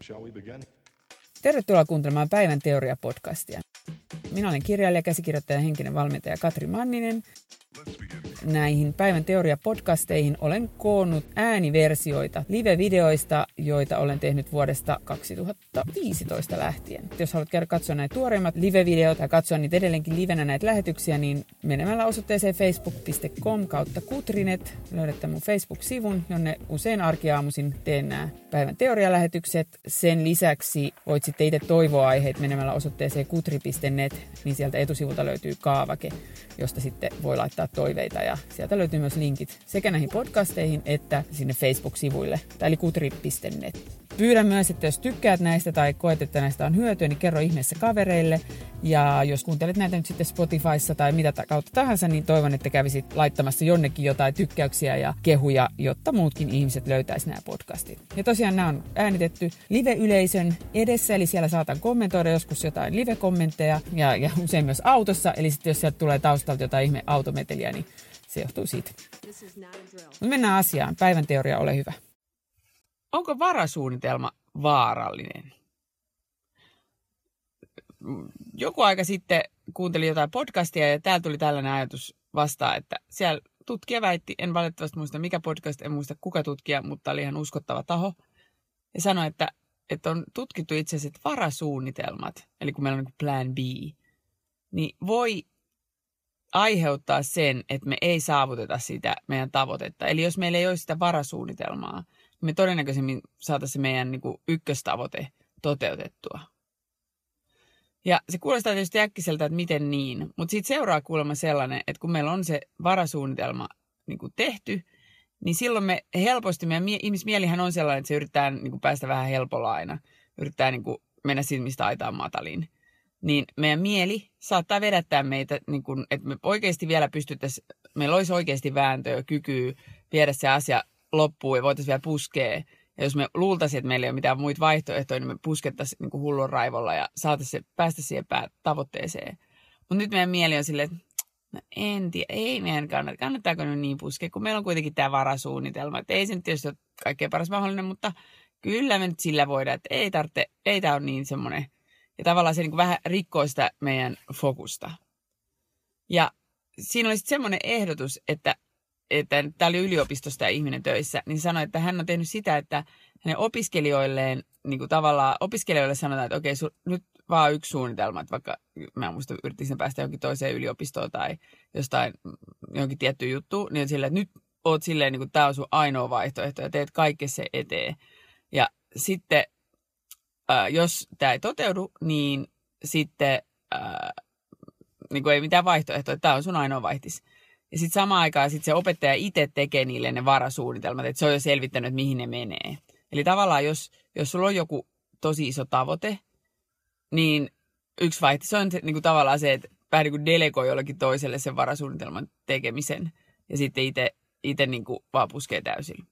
Shall we begin? Tervetuloa kuuntelemaan Päivän teoria-podcastia. Minä olen kirjailija, käsikirjoittaja ja henkinen valmentaja Katri Manninen. Näihin Päivän teoria-podcasteihin olen koonnut ääniversioita live-videoista, joita olen tehnyt vuodesta 2015 lähtien. Jos haluat käydä katsoa näitä tuoreimmat live-videot ja katsoa niitä edelleenkin livenä näitä lähetyksiä, niin menemällä osoitteeseen facebook.com/kutrinet löydätte mun Facebook-sivun, jonne usein arkiaamuisin teen nämä Päivän teoria-lähetykset. Sen lisäksi voit sitten itse toivoa aiheet menemällä osoitteeseen kutri.net, niin sieltä etusivulta löytyy kaavake, josta sitten voi laittaa toiveita ja sieltä löytyy myös linkit sekä näihin podcasteihin että sinne Facebook-sivuille, eli kutri.net. Pyydän myös, että jos tykkäät näistä tai koet, että näistä on hyötyä, niin kerro ihmeessä kavereille. Ja jos kuuntelet näitä nyt sitten Spotifyssa tai mitä kautta tahansa, niin toivon, että kävisit laittamassa jonnekin jotain tykkäyksiä ja kehuja, jotta muutkin ihmiset löytäisi nämä podcastit. Ja tosiaan nämä on äänitetty live-yleisön edessä, eli siellä saatan kommentoida joskus jotain live-kommentteja ja usein myös autossa. Eli sitten jos sieltä tulee taustalta jotain ihme autometeliä, niin se johtuu siitä. Mutta mennään asiaan. Päivän teoria, ole hyvä. Onko varasuunnitelma vaarallinen? Joku aika sitten kuuntelin jotain podcastia ja täällä tuli tällainen ajatus vastaan, että siellä tutkija väitti, en valitettavasti muista mikä podcast, en muista kuka tutkija, mutta oli ihan uskottava taho. Ja sanoi, että on tutkittu itse asiassa, että varasuunnitelmat, eli kun meillä on niin plan B, niin voi aiheuttaa sen, että me ei saavuteta sitä meidän tavoitetta. Eli jos meillä ei ole sitä varasuunnitelmaa, me todennäköisemmin saataisiin meidän niin kuin ykköstavoite toteutettua. Ja se kuulostaa tietysti äkkiseltä, että miten niin. Mutta siitä seuraa kuulemma sellainen, että kun meillä on se varasuunnitelma niin kuin tehty, niin silloin me helposti, meidän ihmismielihän on sellainen, että se yrittää niin kuin päästä vähän helpolla aina. Yrittää niin kuin mennä silmistä aitaan mataliin. Niin meidän mieli saattaa vedättää meitä, niin kuin, että me oikeasti vielä pystyttäisiin, meillä olisi oikeasti vääntöä, kykyä viedä se asia loppuun ja voitaisiin vielä puskea. Ja jos me luultaisiin, että meillä ei ole mitään muita vaihtoehtoja, niin me puskettaisiin niin kuin hullun raivolla ja saataisiin päästä siihen tavoitteeseen. Mutta nyt meidän mieli on silleen, että no en tiedä, ei meidän kannattaako nyt niin puskea, kun meillä on kuitenkin tämä varasuunnitelma. Että ei se nyt tietysti ole kaikkein paras mahdollinen, mutta kyllä me nyt sillä voidaan, että ei tämä ole niin semmoinen. Ja tavallaan se niin kuin vähän rikkoo sitä meidän fokusta. Ja siinä oli sitten semmoinen ehdotus, että tämä oli yliopistosta tämä ihminen töissä, niin sanoi, että hän on tehnyt sitä, että hänen opiskelijoilleen, niin kuin tavallaan opiskelijoille sanotaan, että okei, nyt vaan yksi suunnitelma, että vaikka mä en muista, yrittäisin päästä johonkin toiseen yliopistoon tai jostain johonkin tiettyyn juttuun, niin on silleen, että nyt oot silleen, niin kuin tämä on sun ainoa vaihtoehto ja teet kaikki se eteen. Ja sitten, jos tämä ei toteudu, niin sitten niin kuin ei mitään vaihtoehtoa, että tämä on sun ainoa vaihtis. Ja sitten samaan aikaan se opettaja itse tekee niille ne varasuunnitelmat, että se on jo selvittänyt, että mihin ne menee. Eli tavallaan, jos sulla on joku tosi iso tavoite, niin yksi vaihtoehto se on niin kuin tavallaan se, että vähän niin kuin delegoi jollekin toiselle sen varasuunnitelman tekemisen. Ja sitten itse niin kuin vaan puskee täysillä.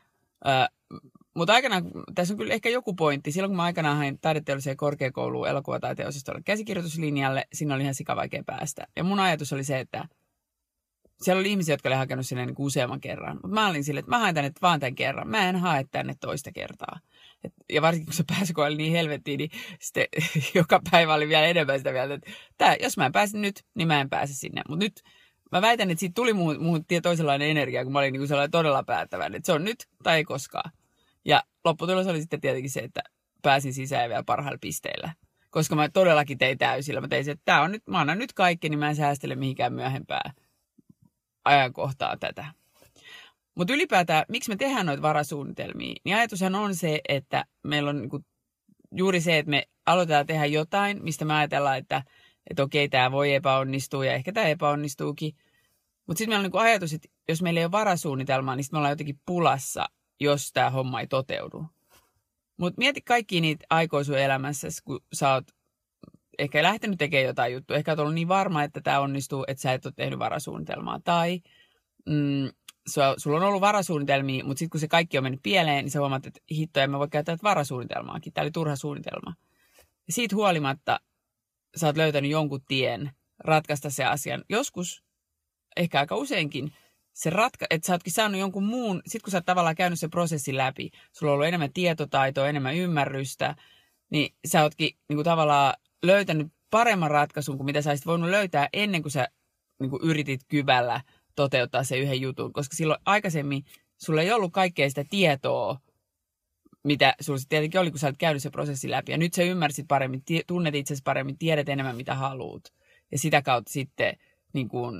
Mutta aikanaan, tässä on kyllä ehkä joku pointti. Silloin kun mä aikanaan hain taideteolliseen korkeakouluun elokuvataiteen osastolle käsikirjoituslinjalle, siinä oli ihan sikavaikea päästä. Ja mun ajatus oli se, että siellä oli ihmisiä, jotka oli hakenut sinne niin useamman kerran. Mutta mä olin silleen, että mä haen tänne vaan tämän kerran. Mä en hae tänne toista kertaa. Ja varsinkin kun se pääsykoe oli niin helvettiin, niin sitten joka päivä oli vielä enemmän sitä mieltä, että jos mä en pääse nyt, niin mä en pääse sinne. Mutta nyt mä väitän, että siitä tuli muuhun toisenlainen energia, kun mä olin niin sellainen todella päättäväinen, että se on nyt tai ei koskaan. Ja lopputulos oli sitten tietenkin se, että pääsin sisään vielä parhailla pisteillä. Koska mä todellakin tein täysillä. Mä tein se, että mä annan nyt kaikki, niin mä en säästele mihinkään myöhempää ajankohtaa tätä. Mutta ylipäätään, miksi me tehdään noita varasuunnitelmia, niin ajatushan on se, että meillä on niinku juuri se, että me aloitetaan tehdä jotain, mistä me ajatellaan, että okei, tämä voi epäonnistua ja ehkä tämä epäonnistuukin. Mutta sitten meillä on niinku ajatus, että jos meillä ei ole varasuunnitelmaa, niin sitten me ollaan jotenkin pulassa, jos tämä homma ei toteudu. Mutta mieti kaikkia niitä aikoja sun elämässä, kun sä oot ehkä lähtenyt tekemään jotain juttua. Ehkä oot ollut niin varma, että tämä onnistuu, että sä et ole tehnyt varasuunnitelmaa. Tai sulla on ollut varasuunnitelmia, mutta sitten kun se kaikki on mennyt pieleen, niin sä huomaat, että hitto, en mä voi käyttää varasuunnitelmaakin. Tämä oli turha suunnitelma. Ja siitä huolimatta sä oot löytänyt jonkun tien ratkaista se asian. Joskus, ehkä aika useinkin, että sä ootkin saanut jonkun muun, sit kun sä oot tavallaan käynyt sen prosessin läpi, sulla on ollut enemmän tietotaitoa, enemmän ymmärrystä, niin sä ootkin niin kuin tavallaan löytänyt paremman ratkaisun kuin mitä sä olisit voinut löytää ennen kuin sä niin kuin yritit kyvällä toteuttaa se yhden jutun. Koska silloin aikaisemmin sulla ei ollut kaikkea sitä tietoa, mitä sulla sitten tietenkin oli, kun sä olet käynyt se prosessi läpi. Ja nyt sä ymmärsit paremmin, tunnet itsesi paremmin, tiedät enemmän mitä haluat. Ja sitä kautta sitten niin kuin,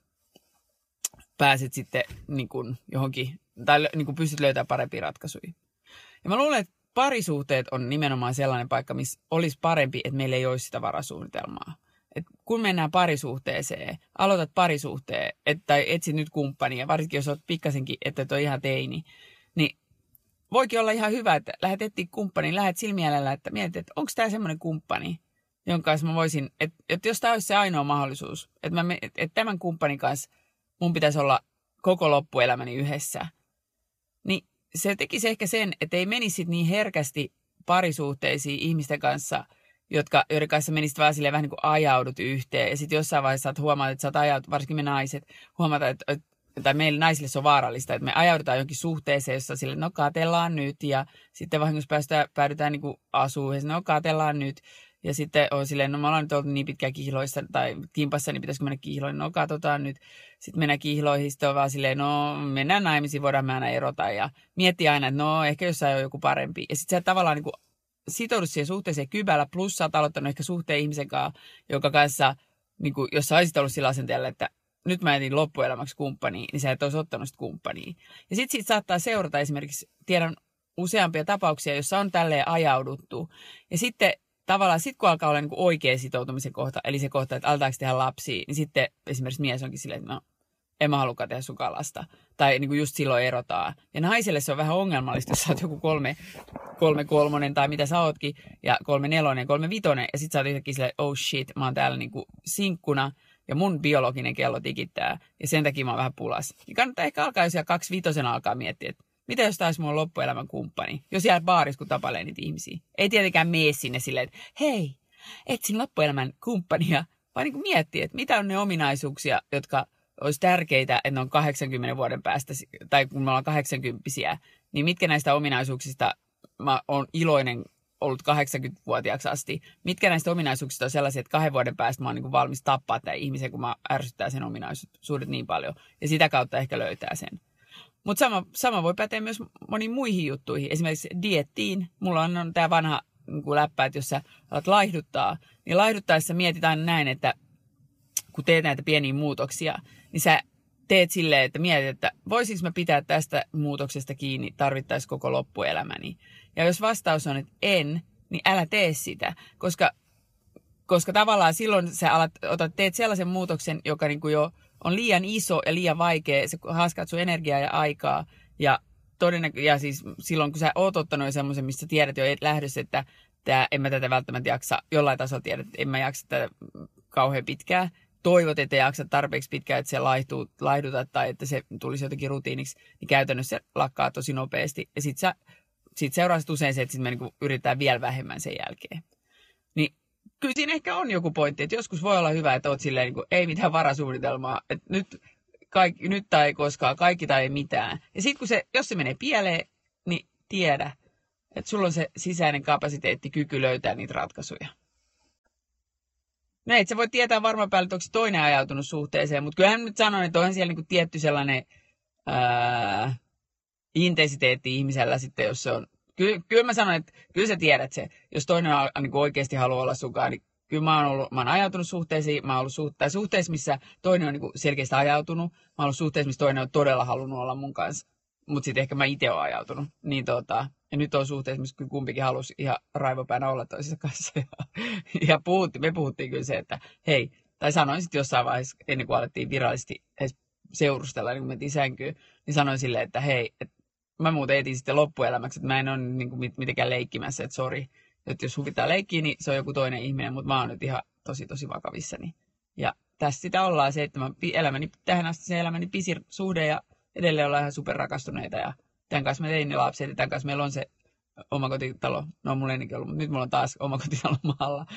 pääset sitten niin kuin, johonkin, tai niin kuin pystyt löytämään parempia ratkaisuja. Ja mä luulen, että parisuhteet on nimenomaan sellainen paikka, missä olisi parempi, että meillä ei olisi sitä varasuunnitelmaa. Et kun mennään parisuhteeseen, aloitat parisuhteen, tai etsit nyt kumppania, varsinkin jos olet pikkasenkin, että et ole ihan teini, niin voikin olla ihan hyvä, että lähdet etsiä kumppaniin, lähdet silmielellä, että mietit, että onko tämä semmoinen kumppani, jonka kanssa mä voisin, että jos tämä olisi se ainoa mahdollisuus, että tämän kumppanin kanssa mun pitäisi olla koko loppuelämäni yhdessä, niin se tekisi ehkä sen, että ei menisi niin herkästi parisuhteisiin ihmisten kanssa, joiden kanssa menisit vaan silleen vähän niin kuin ajaudut yhteen. Ja sitten jossain vaiheessa huomaat, että sä oot ajaudut, varsinkin me naiset, huomataan, tai meille naisille se on vaarallista, että me ajaudutaan jonkin suhteeseen, jossa sille, no kaatellaan nyt, ja sitten vahingossa päädytään niin kuin asuun, ja no kaatellaan nyt, ja sitten on silleen, no me ollaan nyt ollut niin pitkään kihloissa, tai kimpassa, niin pitäisikö mennä kihloihin, no katsotaan nyt, sitten mennään kihloihin, sitten on vaan silleen, no mennään naimisiin, voidaan me aina erota, ja miettii aina, että no ehkä jossain on joku parempi, ja sitten sä tavallaan niin kuin sitoudu siihen suhteeseen kyvällä, plus sä oot aloittanut ehkä suhteen ihmisen kanssa, joka kanssa, niin kuin, jos sä olisit ollut sillä asenteella, että nyt mä etin loppuelämäksi kumppania, niin sä et olisi ottanut sitä kumppania. Ja sitten siitä saattaa seurata esimerkiksi, tiedän useampia tapauksia, joissa on tälleen ajauduttu. Ja sitten tavallaan, kun alkaa olla niin kuin oikea sitoutumisen kohta, eli se kohta, että aletaanko tehdä lapsia, niin sitten esimerkiksi mies onkin silleen, että no, en mä halukaan tehdä sun lasta. Tai niin kuin just silloin erotaan. Ja naiselle se on vähän ongelmallista, jos sä oot joku 3-3 tai mitä sä ootkin, ja 3-4, 3-5, ja sit sä oot yhtäkkiä silleen, oh shit, mä oon täällä niin kuin sinkkuna, ja mun biologinen kello tikittää, ja sen takia mä oon vähän pulas. Niin kannattaa ehkä alkaa, jos siellä 2-5 alkaa miettiä, että mitä jos taisi mun loppuelämän kumppani, jos jää baarissa, kun tapailee niitä ihmisiä. Ei tietenkään mene sinne silleen, että hei, etsin loppuelämän kumppania, vaan niin kuin miettiä, että mitä on ne ominaisuuksia, jotka olisi tärkeitä, että ne on 80 vuoden päästä, tai kun me ollaan 80-vuotiaita, niin mitkä näistä ominaisuuksista mä oon iloinen ollut 80-vuotiaaksi asti. Mitkä näistä ominaisuuksista on sellaisia, että 2 vuoden päästä mä oon niin kuin valmis tappaa tämän ihmisen, kun mä ärsyttää sen ominaisuudet niin paljon. Ja sitä kautta ehkä löytää sen. Mutta sama voi päteä myös moniin muihin juttuihin. Esimerkiksi dieettiin. Mulla on tämä vanha niin kuin läppä, että jos sä alat laihduttaa, niin laihduttaessa mietit aina näin, että kun teet näitä pieniä muutoksia, niin sä teet silleen, että mietit, että voisinko mä pitää tästä muutoksesta kiinni tarvittaisi koko loppuelämäni. Ja jos vastaus on, että en, niin älä tee sitä, koska tavallaan silloin sä teet sellaisen muutoksen, joka niin kuin jo on liian iso ja liian vaikea, se haaskaat sun energiaa ja aikaa, ja siis silloin kun sä oot ottanut jo semmoisen, missä tiedät jo lähdössä, että en mä tätä välttämättä jaksa, jollain tasolla tiedät, että en mä jaksa tätä kauhean pitkään, toivot, että jaksa tarpeeksi pitkään, että se laihduta tai että se tulisi jotenkin rutiiniksi, niin käytännössä se lakkaa tosi nopeasti. Ja sit seuraa usein se, että sit me niinku yritetään vielä vähemmän sen jälkeen. Niin kyllä siinä ehkä on joku pointti, että joskus voi olla hyvä, että oot silleen, niin ei mitään varasuunnitelmaa, että nyt tai ei koskaan, kaikki tai ei mitään. Ja sitten jos se menee pieleen, niin tiedä, että sulla on se sisäinen kapasiteetti, kyky löytää niitä ratkaisuja. No et sä voi tietää varmaan päälle, että onko toinen ajautunut suhteeseen, mutta kyllähän nyt sanon, että onhan siellä niinku tietty sellainen intensiteetti ihmisellä sitten, jos se on. Kyllä mä sanon, että kyllä sä tiedät se, jos toinen niinku oikeasti haluaa olla sunkaan, niin kyllä mä oon ajautunut suhteisiin, mä oon ollut suhteessa, missä toinen on niinku selkeästi ajautunut, mä oon ollut suhteessa, missä toinen on todella halunnut olla mun kanssa, mutta sitten ehkä mä itse oon ajautunut. Niin ja nyt on suhteessa, missä kumpikin halusi ihan raivopäänä olla toisessa kanssa. Ja me puhuttiin kyllä se, että hei, tai sanoin sitten jossain vaiheessa, ennen kuin alettiin virallisesti edes seurustella, niin kun mentiin sänkyyn, niin sanoin silleen, että hei, että mä muuten etin sitten loppuelämäksi, että mä en ole niin kuin mitenkään leikkimässä, että sori, että jos huvitaan leikkiä, niin se on joku toinen ihminen, mutta mä oon nyt ihan tosi vakavissani. Ja tässä sitä ollaan se, että tähän asti se elämäni pisin suhde ja edelleen ollaan ihan superrakastuneita ja tämän kanssa mä tein ne lapset ja tämän kanssa meillä on se omakotitalo. No mulla ennenkin ollut, mutta nyt mulla on taas omakotitalo maalla.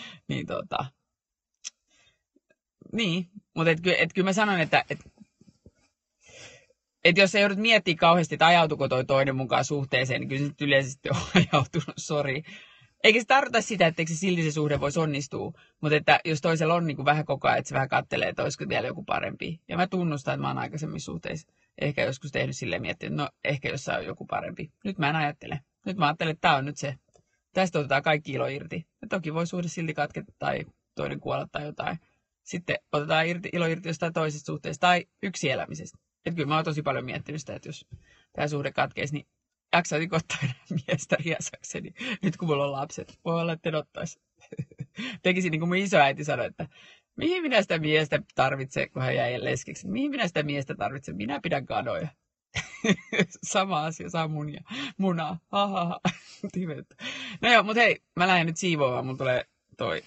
Niin, mutta kyllä mä sanon, että Että jos sä joudut miettimään kauheasti, että ajautuko toi toinen mukaan suhteeseen, niin kyllä se yleisesti on ajautunut, sori. Eikä se tarkoita sitä, etteikö se silti se suhde voisi onnistua, mutta että jos toisella on niin kuin vähän koko ajan, että se vähän kattelee, että olisiko vielä joku parempi. Ja mä tunnustan, että mä oon aikaisemmin suhteissa ehkä joskus tehnyt silleen miettiä, että no ehkä jossain on joku parempi. Nyt mä en ajattele. Nyt mä ajattelen, että tää on nyt se. Tästä otetaan kaikki ilo irti. Ja toki voi suhde silti katketa tai toinen kuolla tai jotain. Sitten otetaan ilo irti jostain toisesta suhteesta tai yksin elämisestä. Että kyllä mä oon tosi paljon miettinyt sitä, että jos tämä suhde katkeisi, niin jaksaisin ottaa miestä riesakseni. Nyt kun mulla on lapset, voi olla, että en ottaisi. Tekisin niin kuin mun isoäiti sanoi, että mihin minä sitä miestä tarvitsen, kun hän jäi leskiksi. Mihin minä sitä miestä tarvitsen? Minä pidän kanoja. Sama asia, saa munia. Munaa. Hahaha. No joo, mutta hei, mä lähden nyt siivoamaan. Mulla tulee toi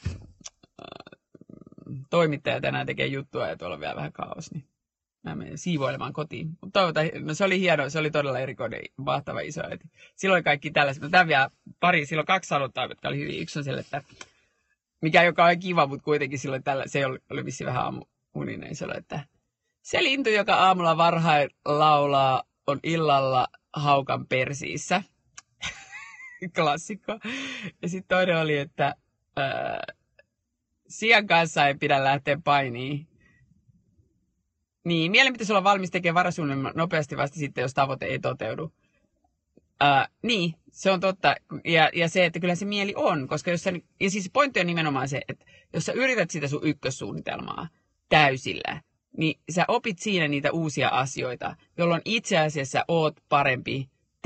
toimittaja tänään tekee juttua ja tuolla on vielä vähän kaos, niin mä menen siivoilemaan kotiin. Mutta toivotaan, no se oli hieno, se oli todella erikoinen, mahtava isoäiti. Silloin oli kaikki tällaiset, mutta vielä silloin 2 sanottaa, jotka oli hyvin. Yksi on sille, että joka on kiva, mutta kuitenkin silloin se oli vissiin vähän aamuuninen, se oli, että se lintu, joka aamulla varhain laulaa, on illalla haukan persiissä. Klassikko. Ja sitten toinen oli, että sian kanssa ei pidä lähteä painiin. Niin, mielen pitäisi olla valmis tekemään varasuunnitelman nopeasti vasta sitten, jos tavoite ei toteudu. Niin, se on totta. Ja se, että kyllä se mieli on. Koska jos ja siis pointti on nimenomaan se, että jos sä yrität sitä sun ykkössuunnitelmaa täysillä, niin sä opit siinä niitä uusia asioita, jolloin itse asiassa oot parempi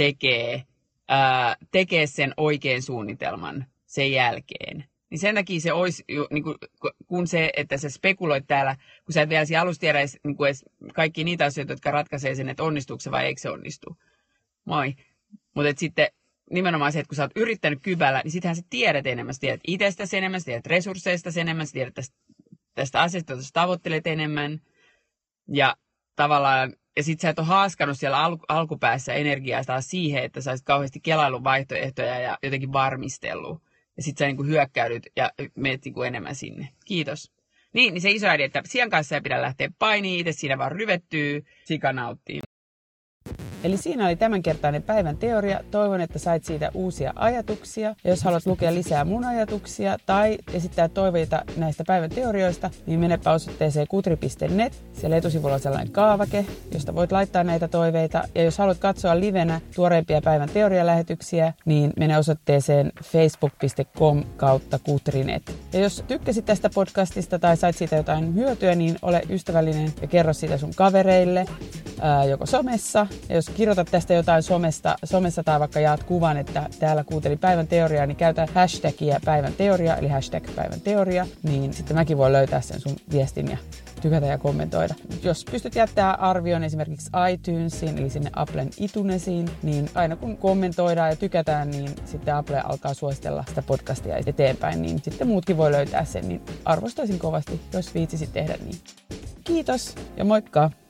tekee sen oikean suunnitelman sen jälkeen. Niin sen takia se olisi, niin kun se, että sä spekuloit täällä, kun sä et vielä siinä alussa tiedä niin kaikki niitä asioita, jotka ratkaisee sen, että onnistuuko se vai eikö se onnistu. Moi. Mutta sitten nimenomaan se, että kun sä oot yrittänyt kyvällä, niin sittenhän sä tiedät enemmän. Sä tiedät itsestäsi enemmän, sä tiedät resursseista enemmän, sä tiedät tästä asiasta, jota sä tavoittelet enemmän. Ja tavallaan, ja sit sä et ole haaskannut siellä alkupäässä energiaa taas siihen, että sä olisit kauheasti kelaillut vaihtoehtoja ja jotenkin varmistellut. Ja sit sä niin kuin hyökkäydyt ja menet niin kuin enemmän sinne. Kiitos. Niin se isoäiti, että sian kanssa ei pidä lähteä painiin, itse siinä vaan ryvettyy, sika nauttii. Eli siinä oli tämänkertainen päivän teoria. Toivon, että sait siitä uusia ajatuksia. Ja jos haluat lukea lisää mun ajatuksia tai esittää toiveita näistä päivän teorioista, niin menepä osoitteeseen kutri.net. Siellä etusivulla on sellainen kaavake, josta voit laittaa näitä toiveita. Ja jos haluat katsoa livenä tuoreimpia päivän teorialähetyksiä, niin mene osoitteeseen facebook.com/kutrinet. Ja jos tykkäsit tästä podcastista tai sait siitä jotain hyötyä, niin ole ystävällinen ja kerro siitä sun kavereille, joko somessa. Ja jos kirjoitat tästä jotain somessa tai vaikka jaat kuvan, että täällä kuuntelin päivän teoriaa, niin käytä hashtagia päivän teoria, eli hashtag päivän teoria, niin sitten mäkin voin löytää sen sun viestin ja tykätä ja kommentoida. Jos pystyt jättämään arvion esimerkiksi iTunesiin, eli sinne Applen iTunesiin, niin aina kun kommentoidaan ja tykätään, niin sitten Apple alkaa suositella sitä podcastia eteenpäin, niin sitten muutkin voi löytää sen, niin arvostaisin kovasti, jos viitsisit tehdä niin. Kiitos ja moikka!